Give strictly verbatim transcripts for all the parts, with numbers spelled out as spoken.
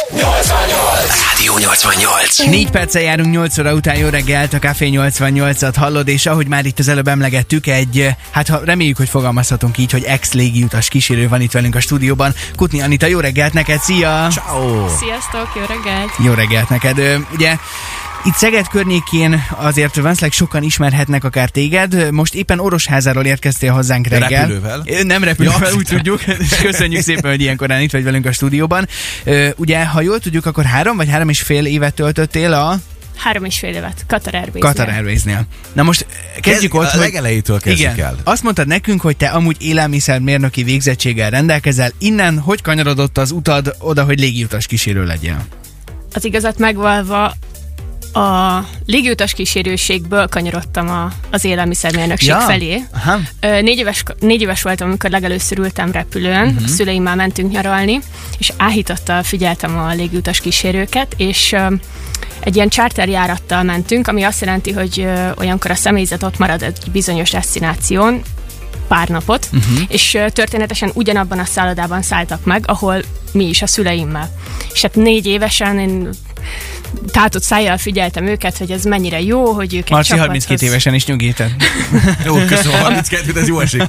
nyolcvannyolc Rádió nyolcvannyolc Négy perccel járunk nyolc óra után, jó reggelt, a Café nyolcvannyolcat hallod, és ahogy már itt az előbb emlegettük, egy, hát ha reméljük, hogy fogalmazhatunk így, hogy ex-légiutas kísérő van itt velünk a stúdióban. Kutni Anita, jó reggelt neked, szia! Ciao. Sziasztok, jó reggelt! Jó reggelt neked, Ö, ugye... Itt Szeged környékén azért valószínűleg sokan ismerhetnek akár téged. Most éppen Orosházáról érkeztél hozzánk reggel. Repülővel? Nem repülővel, ja, úgy tudjuk. Köszönjük szépen, hogy ilyen korán itt vagy velünk a stúdióban. Ugye, ha jól tudjuk, akkor három vagy három és fél évet töltöttél a... Három és fél évet, Qatar Airways-nél. Qatar Airways-nél. Na most kezdjük ott, a legelejétől kezdjük igen, el. Azt mondtad nekünk, hogy te amúgy élelmiszermérnöki végzettséggel rendelkezel. Innen hogy kanyarodott az utad oda, hogy légiutas kísérő legyél? Az igazat megvalva, a légiutas kísérőségből kanyarodtam a, az élelmiszermérnökség ja. felé. Aha. Négy éves, négy éves voltam, amikor legelőször ültem repülőn, uh-huh. a szüleimmel mentünk nyaralni, és áhítottal figyeltem a légiutas kísérőket, és uh, egy ilyen charterjárattal mentünk, ami azt jelenti, hogy uh, olyankor a személyzet ott marad egy bizonyos desztináción, pár napot, uh-huh. és uh, történetesen ugyanabban a szállodában szálltak meg, ahol mi is a szüleimmel. És hát négy évesen én tátott szájjal figyeltem őket, hogy ez mennyire jó, hogy ők egy Marci csapathoz... harminckét évesen is nyugített. Jó, köszönöm, harminckettő, ez jó esik.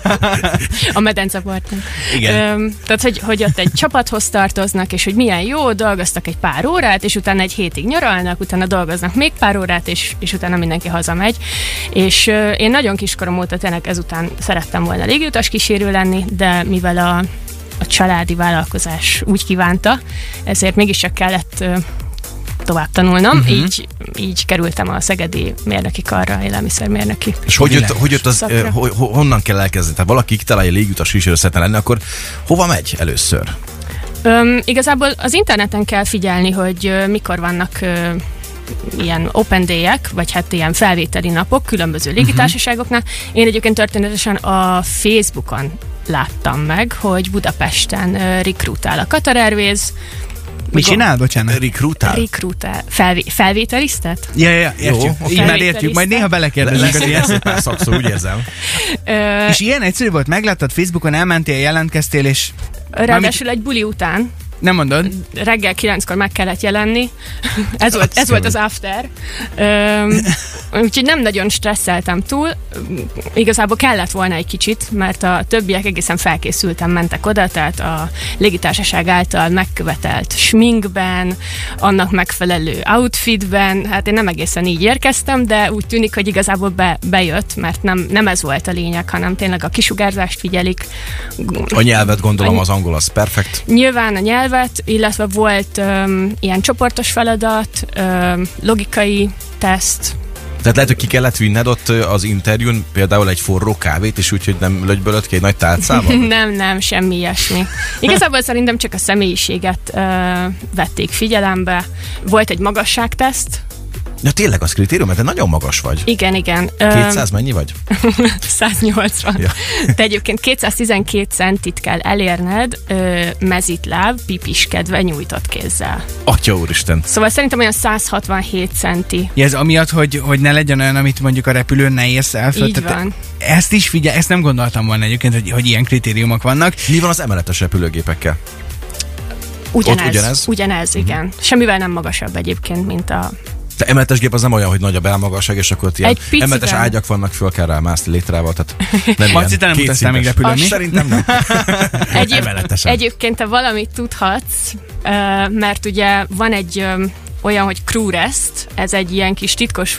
A medenceparton. Igen. Öm, tehát, hogy, hogy ott egy csapathoz tartoznak, és hogy milyen jó, dolgoztak egy pár órát, és utána egy hétig nyaralnak, utána dolgoznak még pár órát, és, és utána mindenki hazamegy. És ö, én nagyon kiskorom óta tényleg ezután szerettem volna légiutas kísérő lenni, de mivel a, a családi vállalkozás úgy kívánta, ezért mégiscsak kellett ö, tovább tanulnom, uh-huh. így, így kerültem a szegedi mérnöki karra, élelmiszermérnöki. És hogy jött, hogy jött az, eh, ho, honnan kell elkezdeni? Tehát valaki kitalálja, hogy légiutas kísérő szeretne lenni, akkor hova megy először? Öm, igazából az interneten kell figyelni, hogy ö, mikor vannak ö, ilyen open day-ek, vagy hát ilyen felvételi napok különböző légitársaságoknál. Uh-huh. Én egyébként történetesen a Facebookon láttam meg, hogy Budapesten ö, rekrutál a Qatar Airways. Mi csinál, bocsánat? Rekrutál? Rekrutál. Felvé- felvételiztet? Ja, ja, ja, értjük. Jó, Így már értjük, majd néha belekérdezünk az ilyen. Szépen szakszó, úgy érzem. Ö, És ilyen egyszerű volt, megláttad Facebookon, elmentél, jelentkeztél, és... ráadásul egy buli után, Nem mondod? reggel kilenckor meg kellett jelenni. ez, volt, ez volt az after. Üm, úgyhogy nem nagyon stresszeltem túl. Igazából kellett volna egy kicsit, mert a többiek egészen felkészülten mentek oda, tehát a légitársaság által megkövetelt sminkben, annak megfelelő outfitben. Hát én nem egészen így érkeztem, de úgy tűnik, hogy igazából be, bejött, mert nem, nem ez volt a lényeg, hanem tényleg a kisugárzást figyelik. A nyelvet gondolom, az angol az perfekt. Nyilván a nyelvet, illetve volt um, ilyen csoportos feladat, um, logikai teszt. Tehát lehet, hogy ki kellett vinned ott az interjún például egy forró kávét, és úgy, hogy nem lögybölött ki egy nagy tálcával? nem, nem, semmi ilyesmi. Igazából szerintem csak a személyiséget uh, vették figyelembe. Volt egy magasságteszt. Ja, tényleg az kritérium, mert te nagyon magas vagy. Igen, igen. kétszáz mennyi vagy? száznyolcvan. Ja. Te egyébként kétszáztizenkét centit kell elérned ö, mezitláb, pipiskedve, nyújtott kézzel. Atya úristen. Szóval szerintem olyan száz hatvanhét centi. Ja, ez amiatt, hogy, hogy ne legyen olyan, amit mondjuk a repülőn ne érsz el föl. Így van. Ezt is figyelj, ezt nem gondoltam volna egyébként, hogy, hogy ilyen kritériumok vannak. Mi van az emeletes repülőgépekkel? Ugyanez, ugyanez? ugyanez, igen. Semmivel nem magasabb egyébként, mint a... De emeletes gép az nem olyan, hogy nagy a belmagasság, és akkor ott ilyen picivel. emeletes ágyak vannak, föl kell rá mászni létrával, tehát nem Marci, te nem utaztál még repülőn, mi? Szerintem nem. Egyéb, Emeletesen. Egyébként te valamit tudhatsz, mert ugye van egy olyan, hogy crew rest, ez egy ilyen kis titkos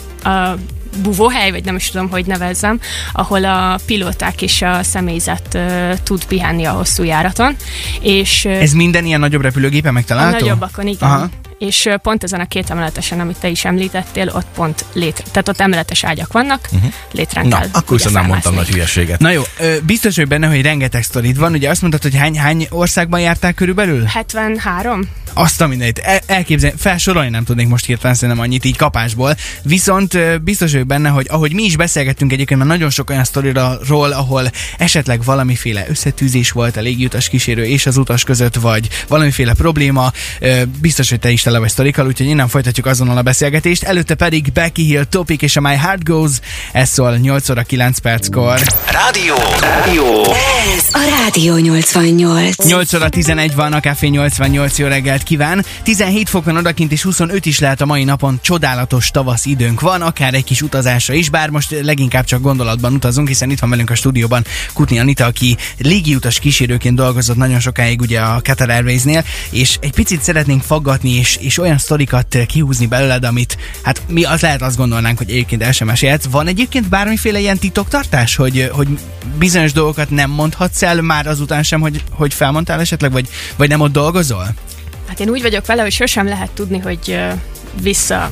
buvóhely, vagy nem is tudom, hogy nevezzem, ahol a pilóták és a személyzet uh, tud pihenni a hosszú járaton. És, Ez minden ilyen nagyobb repülőgépen megtalálható? A nagyobbakon, igen. Aha. És pont ezen a két emeletesen, amit te is említettél, ott pont létre, tehát ott emeletes ágyak vannak, uh-huh. létrán Na, kell. akkor viszont nem mondtam nagy hülyeséget. Na jó, biztos vagy benne, hogy rengeteg sztorid van. Ugye azt mondtad, hogy hány, hány országban jártál körülbelül? hetvenhárom Azt a mindenit. El, elképzelni, felsorolni nem tudnék most hirtelen szerintem annyit így kapásból. Viszont biztos vagyok benne, hogy ahogy mi is beszélgettünk egyébként, mert nagyon sok olyan sztoriról, ahol esetleg valamiféle összetűzés volt a légiutas kísérő és az utas között, vagy valamiféle probléma, biztos, hogy te is tele vagy sztorikkal, úgyhogy innen folytatjuk azonnal a beszélgetést. Előtte pedig Becky Hill, Topic és a My Heart Goes, ez szól nyolc óra kilenc perckor. Rádió! Rádió! Ez a Rádió nyolcvannyolc. nyolc óra tizenegy van, a Café nyolcvannyolc, jó reggelt kíván. tizenhét fok van odakint, és huszonöt is lehet a mai napon. Csodálatos tavasz időnk van, akár egy kis utazásra is, bár most leginkább csak gondolatban utazunk, hiszen itt van velünk a stúdióban Kutni Anita, aki légiutas kísérőként dolgozott nagyon sokáig ugye a Qatar Airwaysnél, és egy picit szeretnénk faggatni, és, és olyan sztorikat kihúzni belőled, amit hát mi az lehet azt gondolnánk, hogy egyébként el sem mesélhetsz. Van egyébként bármiféle ilyen titoktartás, hogy, hogy bizonyos dolgokat nem mondhatsz el már azután sem, hogy, hogy felmondtál esetleg, vagy, vagy nem ott dolgozol? Hát én úgy vagyok vele, hogy sosem lehet tudni, hogy uh, vissza,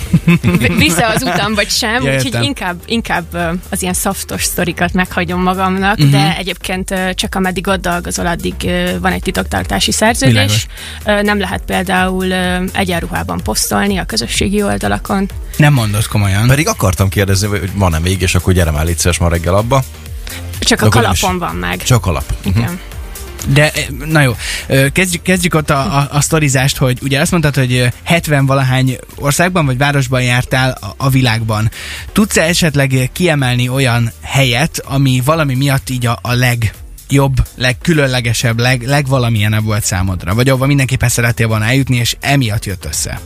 vissza az utam, vagy sem, ja, úgyhogy inkább, inkább uh, az ilyen szaftos sztorikat meghagyom magamnak, uh-huh. de egyébként uh, csak ameddig ott dolgozol, addig uh, van egy titoktartási szerződés. Uh, nem lehet például uh, egyenruhában posztolni a közösségi oldalakon. Nem mondod komolyan. Pedig akartam kérdezni, hogy van-e még, és akkor gyere már légy szíves ma reggel abba. Csak a kalapon van meg. Csak alap. Igen. Uh-huh. De, na jó, kezdjük, kezdjük ott a, a, a sztorizást, hogy ugye azt mondtad, hogy hetven-valahány országban vagy városban jártál a, a világban. Tudsz-e esetleg kiemelni olyan helyet, ami valami miatt így a, a legjobb, legkülönlegesebb, leg, legvalamilyenebb volt számodra? Vagy ahova mindenképpen szerettél volna eljutni, és emiatt jött össze?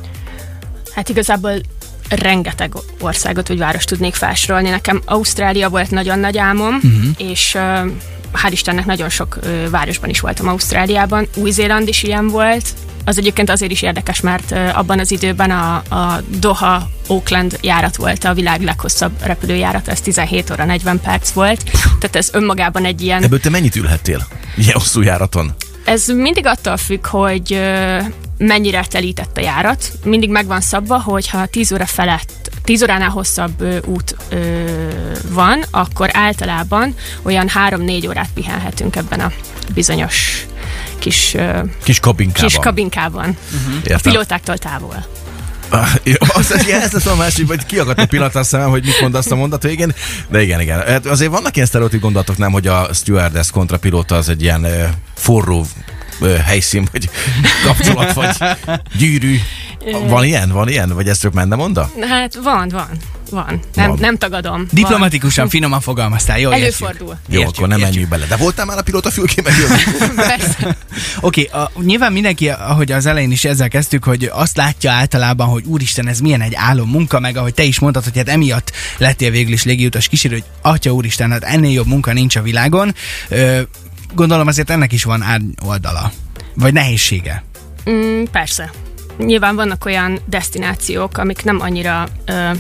Hát igazából rengeteg országot vagy várost tudnék felsorolni. Nekem Ausztrália volt nagyon nagy álmom, uh-huh. és uh, hál' Istennek nagyon sok uh, városban is voltam Ausztráliában. Új-Zéland is ilyen volt. Az egyébként azért is érdekes, mert uh, abban az időben a, a Doha-Auckland járat volt a világ leghosszabb repülőjárat, ez tizenhét óra negyven perc volt. Tehát ez önmagában egy ilyen... Ebből te mennyit ülhettél ilyen hosszú járaton? Ez mindig attól függ, hogy uh, mennyire telített a járat. Mindig meg van szabva, hogyha tíz óra felett tíz óránál hosszabb ö, út ö, van, akkor általában olyan három-négy órát pihenhetünk ebben a bizonyos kis, ö, kis kabinkában. Kis kabinkában. Uh-huh. A pilótáktól távol. Ah, jó, az, ez lesz a másik, vagy kiakadt a pillanat a szemem, hogy mit mondasz a mondat végén, de igen, igen. Hát azért vannak ilyen sztereotíp gondolatok, nem, hogy a stewardess kontra pilóta az egy ilyen ö, forró ö, helyszín, vagy kapcsolat, vagy gyűrű. Van ilyen? Van ilyen? Vagy ezt csak menne monda? Hát van, van. Van. Nem, van. Nem tagadom. Diplomatikusan, van. Finoman fogalmaztál. Jó, előfordul. Értjük. Jó, értjük, akkor nem menjünk bele. De voltál már a pilóta fülkén megjönni? Persze. Oké, okay, nyilván mindenki, ahogy az elején is ezzel kezdtük, hogy azt látja általában, hogy úristen, ez milyen egy álom munka, meg ahogy te is mondtad, hogy hát emiatt lettél végül is légiutas kísérő, hogy atya úristen, hát ennél jobb munka nincs a világon. Ö, gondolom azért ennek is van árnyoldala. Vagy nehézsége. Mm, persze. Nyilván vannak olyan desztinációk, amik nem annyira ö,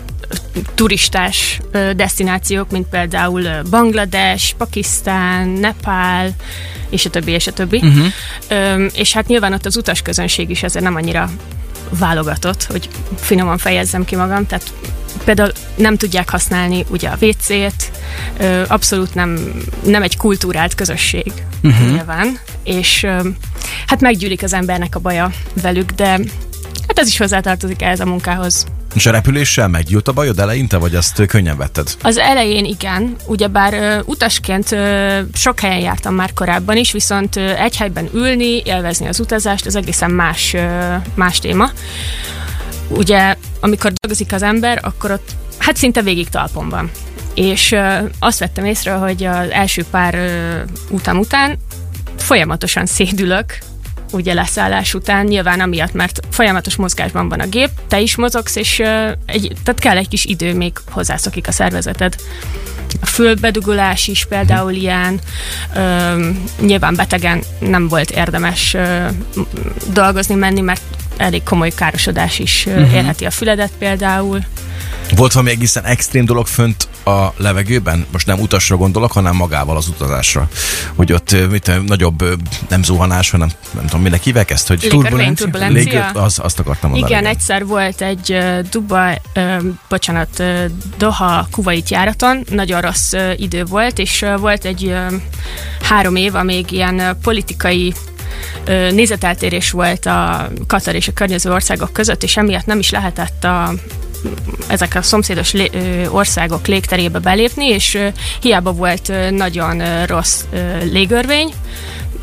turistás ö, desztinációk, mint például ö, Banglades, Pakisztán, Nepál, és a többi, és a többi. Uh-huh. Ö, és hát nyilván ott az utasközönség is ezért nem annyira válogatott, hogy finoman fejezzem ki magam, tehát például nem tudják használni ugye a vécét, ö, abszolút nem, nem egy kultúrált közösség uh-huh. nyilván, és ö, hát meggyűlik az embernek a baja velük, de hát ez is hozzátartozik ehhez a munkához. És a repüléssel meggyűlt a bajod eleinte, vagy azt könnyen vetted? Az elején igen, ugyebár ö, utasként ö, sok helyen jártam már korábban is, viszont ö, egy helyben ülni, élvezni az utazást, az egészen más, ö, más téma. Ugye, amikor dolgozik az ember, akkor ott hát szinte végig talpon van. És ö, azt vettem észre, hogy az első pár ö, utam után folyamatosan szédülök, ugye leszállás után, nyilván amiatt, mert folyamatos mozgásban van a gép, te is mozogsz, és uh, egy, tehát kell egy kis idő, még hozzászokik a szervezeted. A fülbedugulás is például ilyen, uh, nyilván betegen nem volt érdemes uh, dolgozni, menni, mert elég komoly károsodás is uh, uh-huh. érheti a füledet például. Volt valami egészen extrém dolog fönt a levegőben? Most nem utasra gondolok, hanem magával az utazásra. Hogy ott mit, nagyobb nem zuhanás, hanem nem tudom, minek hívják ezt, hogy turbulencia. turbulencia. Lég, az, azt akartam mondani. Igen, igen, egyszer volt egy uh, Dubai, uh, bocsánat, uh, Doha Kuwait járaton, nagyon rossz uh, idő volt, és uh, volt egy uh, három év, amíg ilyen uh, politikai uh, nézeteltérés volt a Katar és a környező országok között, és emiatt nem is lehetett a ezek a szomszédos lé- ö, országok légterébe belépni, és ö, hiába volt ö, nagyon ö, rossz ö, légörvény,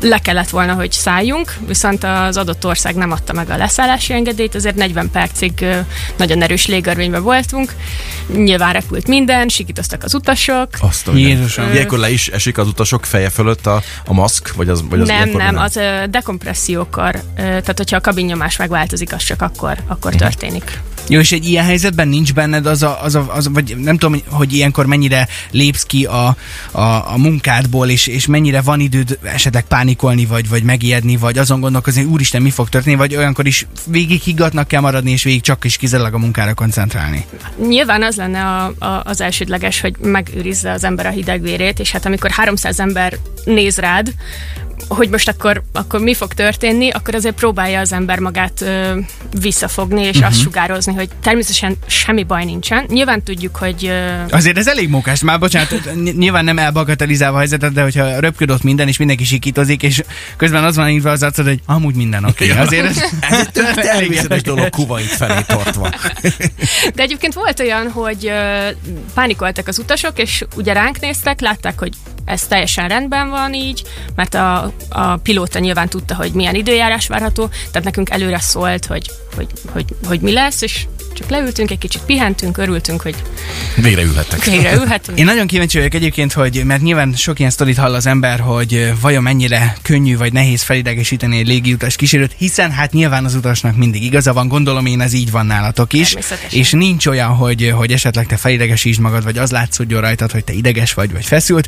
le kellett volna, hogy szálljunk, viszont az adott ország nem adta meg a leszállási engedélyt, azért negyven percig nagyon erős légörvényben voltunk. Nyilván repült minden, sikítoztak az utasok. Azt Jézusom. Ilyenkor le is esik az utasok feje fölött a, a maszk? Vagy az, vagy az nem, nem, az dekompressziókor, tehát hogyha a kabinnyomás megváltozik, az csak akkor, akkor uh-huh. történik. Jó, és egy ilyen helyzetben nincs benned az a, az a, az a vagy nem tudom, hogy ilyenkor mennyire lépsz ki a, a, a munkádból, és, és mennyire van időd esetleg pánikolni, vagy, vagy megijedni, vagy azon gondolkozni, hogy úristen, mi fog történni, vagy olyankor is végig higgadtnak kell maradni, és végig csak is kizárólag a munkára koncentrálni. Nyilván az lenne a, a, az elsődleges, hogy megőrizze az ember a hidegvérét, és hát amikor háromszáz ember néz rád, hogy most akkor, akkor mi fog történni, akkor azért próbálja az ember magát ö, visszafogni, és uh-huh. azt sugározni, hogy természetesen semmi baj nincsen. Nyilván tudjuk, hogy... Ö... Azért ez elég mókás, már bocsánat, nyilván nem elbagatelizálva a helyzetet, de hogyha röpköd ott minden, és mindenki sikítozik, és közben az van írva az arcod, hogy amúgy minden oké. Okay. Azért ez, ez egy természetes dolog Kuwait felé tartva. De egyébként volt olyan, hogy ö, pánikoltak az utasok, és ugye ránk néztek, látták, hogy ez teljesen rendben van így, mert a, a pilóta nyilván tudta, hogy milyen időjárás várható, tehát nekünk előre szólt, hogy, hogy, hogy, hogy mi lesz, és csak leültünk, egy kicsit pihentünk, örültünk, hogy végre ülhettek. Végre ülhetünk. Én nagyon kíváncsi vagyok egyébként, hogy, mert nyilván sok ilyen sztorit hall az ember, hogy vajon mennyire könnyű vagy nehéz felidegesíteni egy légiutas kísérőt, hiszen hát nyilván az utasnak mindig igaza van, gondolom én ez így van nálatok is, és nincs olyan, hogy, hogy esetleg te felidegesítsd magad, vagy az látszódjon rajtad, hogy te ideges vagy, vagy feszült.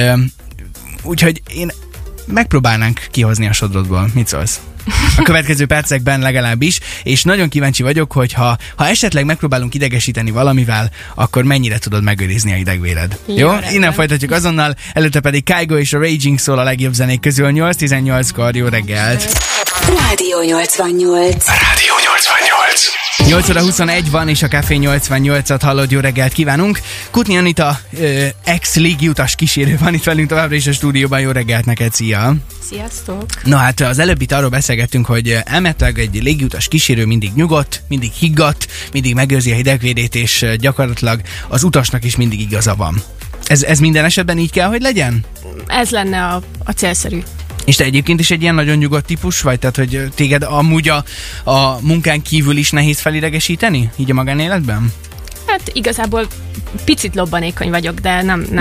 Úgyhogy én megpróbálnánk kihozni a sodrodból. Mit szólsz? A következő percekben legalábbis, és nagyon kíváncsi vagyok, hogy ha, ha esetleg megpróbálunk idegesíteni valamivel, akkor mennyire tudod megőrizni a idegvéred. Jó? Jó? Innen folytatjuk azonnal, előtte pedig Kygo és a Raging Soul a legjobb zenék közül nyolc tizennyolckor. Jó reggelt! Rádió nyolcvannyolc. Rádió nyolcvannyolc. nyolc óra huszonegy van, és a Café nyolcvannyolcat hallod, jó reggelt kívánunk. Kutni Anita, ö, ex-légiutas kísérő van itt velünk továbbra is a stúdióban, jó reggelt neked, szia! Sziasztok! Na hát az előbb itt arról beszélgettünk, hogy elméletileg egy légiutas kísérő mindig nyugodt, mindig higgadt, mindig megőrzi a hidegvédét, és gyakorlatilag az utasnak is mindig igaza van. Ez, ez minden esetben így kell, hogy legyen? Ez lenne a, a célszerű. És te egyébként is egy ilyen nagyon nyugodt típus vagy? Tehát, hogy téged amúgy a, a munkán kívül is nehéz felidegesíteni? Így a magánéletben? Hát igazából picit lobbanékony vagyok, de nem nem,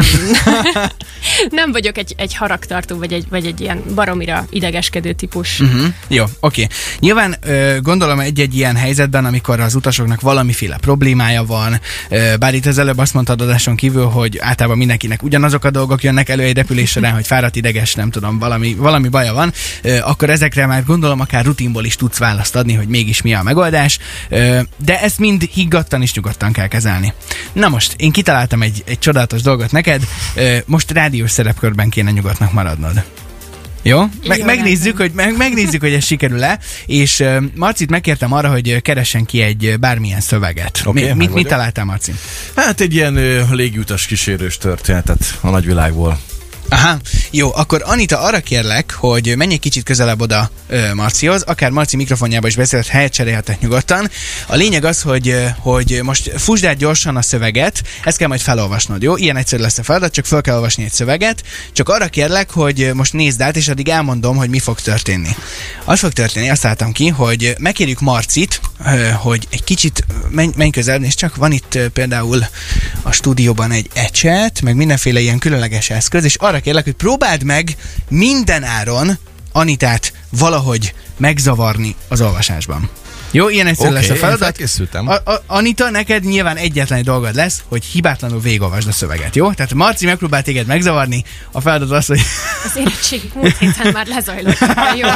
nem vagyok egy, egy haragtartó, vagy egy, vagy egy ilyen baromira idegeskedő típus. Uh-huh. Jó, oké. Okay. Nyilván ö, gondolom egy-egy ilyen helyzetben, amikor az utasoknak valamiféle problémája van, ö, bár itt az előbb azt mondtad adáson kívül, hogy általában mindenkinek ugyanazok a dolgok jönnek elő egy repülés során, hogy fáradt, ideges, nem tudom, valami, valami baja van, ö, akkor ezekre már gondolom akár rutinból is tudsz választ adni, hogy mégis mi a megoldás, ö, de ezt mind higgadtan és nyugodtan kell kezelni. Na most, én kitaláltam egy, egy csodálatos dolgot neked, most rádiós szerepkörben kéne nyugodtnak maradnod. Jó? Me- megnézzük, hogy, meg- megnézzük, hogy ez sikerül-e, és uh, Marcit megkértem arra, hogy keressen ki egy bármilyen szöveget. Okay, Mi, mit, mit találtál, Marci? Hát egy ilyen uh, légiutas kísérős történetet a nagyvilágból. Aha, jó, akkor Anita, arra kérlek, hogy menj egy kicsit közelebb oda ö, Marcihoz, akár Marci mikrofonjába is beszélt, helyet cserélhetek nyugodtan. A lényeg az, hogy, hogy most fussd át gyorsan a szöveget, ezt kell majd felolvasnod, jó? Ilyen egyszerű lesz a feladat, csak fel kell olvasni egy szöveget, csak arra kérlek, hogy most nézd át, és addig elmondom, hogy mi fog történni. Az fog történni, azt álltam ki, hogy megkérjük Marcit, hogy egy kicsit menj, menj közelebb, és csak van itt például a stúdióban egy ecset, meg mindenféle ilyen különleges eszköz, és arra kérlek, hogy próbáld meg minden áron Anitát valahogy megzavarni az olvasásban. Jó, ilyen egyszerű okay, lesz a feladat. Én a, a, Anita, neked nyilván egyetlen dolgod lesz, hogy hibátlanul végigolvasd a szöveget, jó? Tehát Marci megpróbál téged megzavarni, a feladat az, hogy... Az érettségük múlt héten már lezajlott. Jó,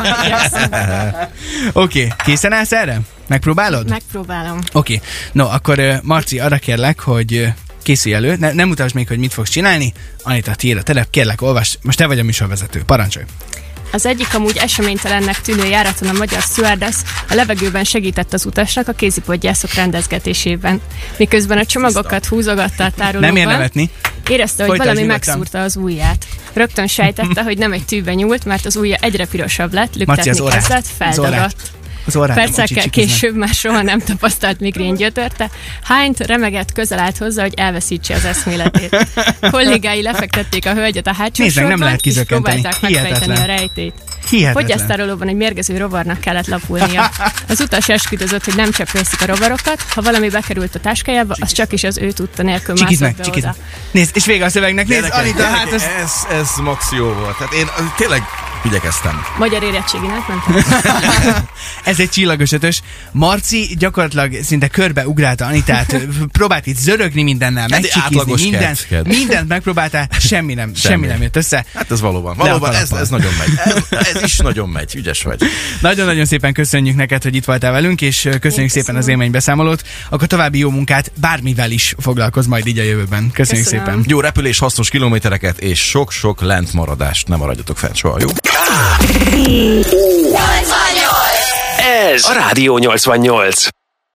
Oké, okay, készen állsz erre? Megpróbálod? Megpróbálom. Oké, okay. No, akkor uh, Marci, arra kérlek, hogy uh, készülj elő, ne, nem mutasd még, hogy mit fogsz csinálni. Anita, tiéd a telep, kérlek, olvasd. Most te vagy a műsorvezető, parancsolj! Az egyik amúgy eseménytelennek tűnő járaton a magyar stewardess a levegőben segített az utasnak a kézipodgyászok rendezgetésében. Miközben a csomagokat húzogatta a tárolóban, nem ér nevetni. Érezte, hogy Folytasd valami nyugodtan. megszúrta az ujját. Rögtön sejtette, hogy nem egy tűbe nyúlt, mert az ujja egyre pirosabb lett, lüktetni kezdett, feldagadt. Az orrát nem Percekkel ocsicsikuzni. később már soha nem tapasztalt migrén gyötörte. Hányt remegett, közel állt hozzá, hogy elveszítse az eszméletét. Kollégái lefektették a hölgyet a hátsó Nézd meg, nem sorban, lehet és kizökkenteni. próbálták megfejteni Hihetetlen. a rejtét. Hihetetlen. Fogyasztárolóban egy mérgező rovarnak kellett lapulnia. Az utas esküdözött, hogy nem cseprészik a rovarokat, ha valami bekerült a táskájába, az csak is az ő tudta nélkül Csikizd mászott meg, be csikizd oda. meg. Nézd, és vége a szövegnek. Nézd, Gyerekek, Anita, hát gyerekek, ez... ez, ez max jó volt. Tehát én ö, tényleg igyekeztem. Magyar érettséginek mentem. Ez egy csillagos ötös. Marci gyakorlatilag szinte körbe ugrálta Anitát, próbált itt zörögni mindennel, Hát megcsikizni, átlagos mindent, kedvked. mindent megpróbáltál, semmi nem, semmi. semmi nem jött össze. Hát ez valóban. Le a Valóban ez, kalappal. ez nagyon megy. Ez, ez is nagyon megy. Ügyes vagy. Nagyon-nagyon szépen köszönjük neked, hogy itt voltál velünk, és köszönjük Én szépen köszönöm. az élménybeszámolót. Akkor további jó munkát, bármivel is foglalkozz majd így a jövőben. Köszönjük Köszönöm. szépen. Jó repülés, hasznos kilométereket és sok-sok lentmaradást. Nem maradjatok fent soha, jó? Ez a Rádió nyolcvannyolc.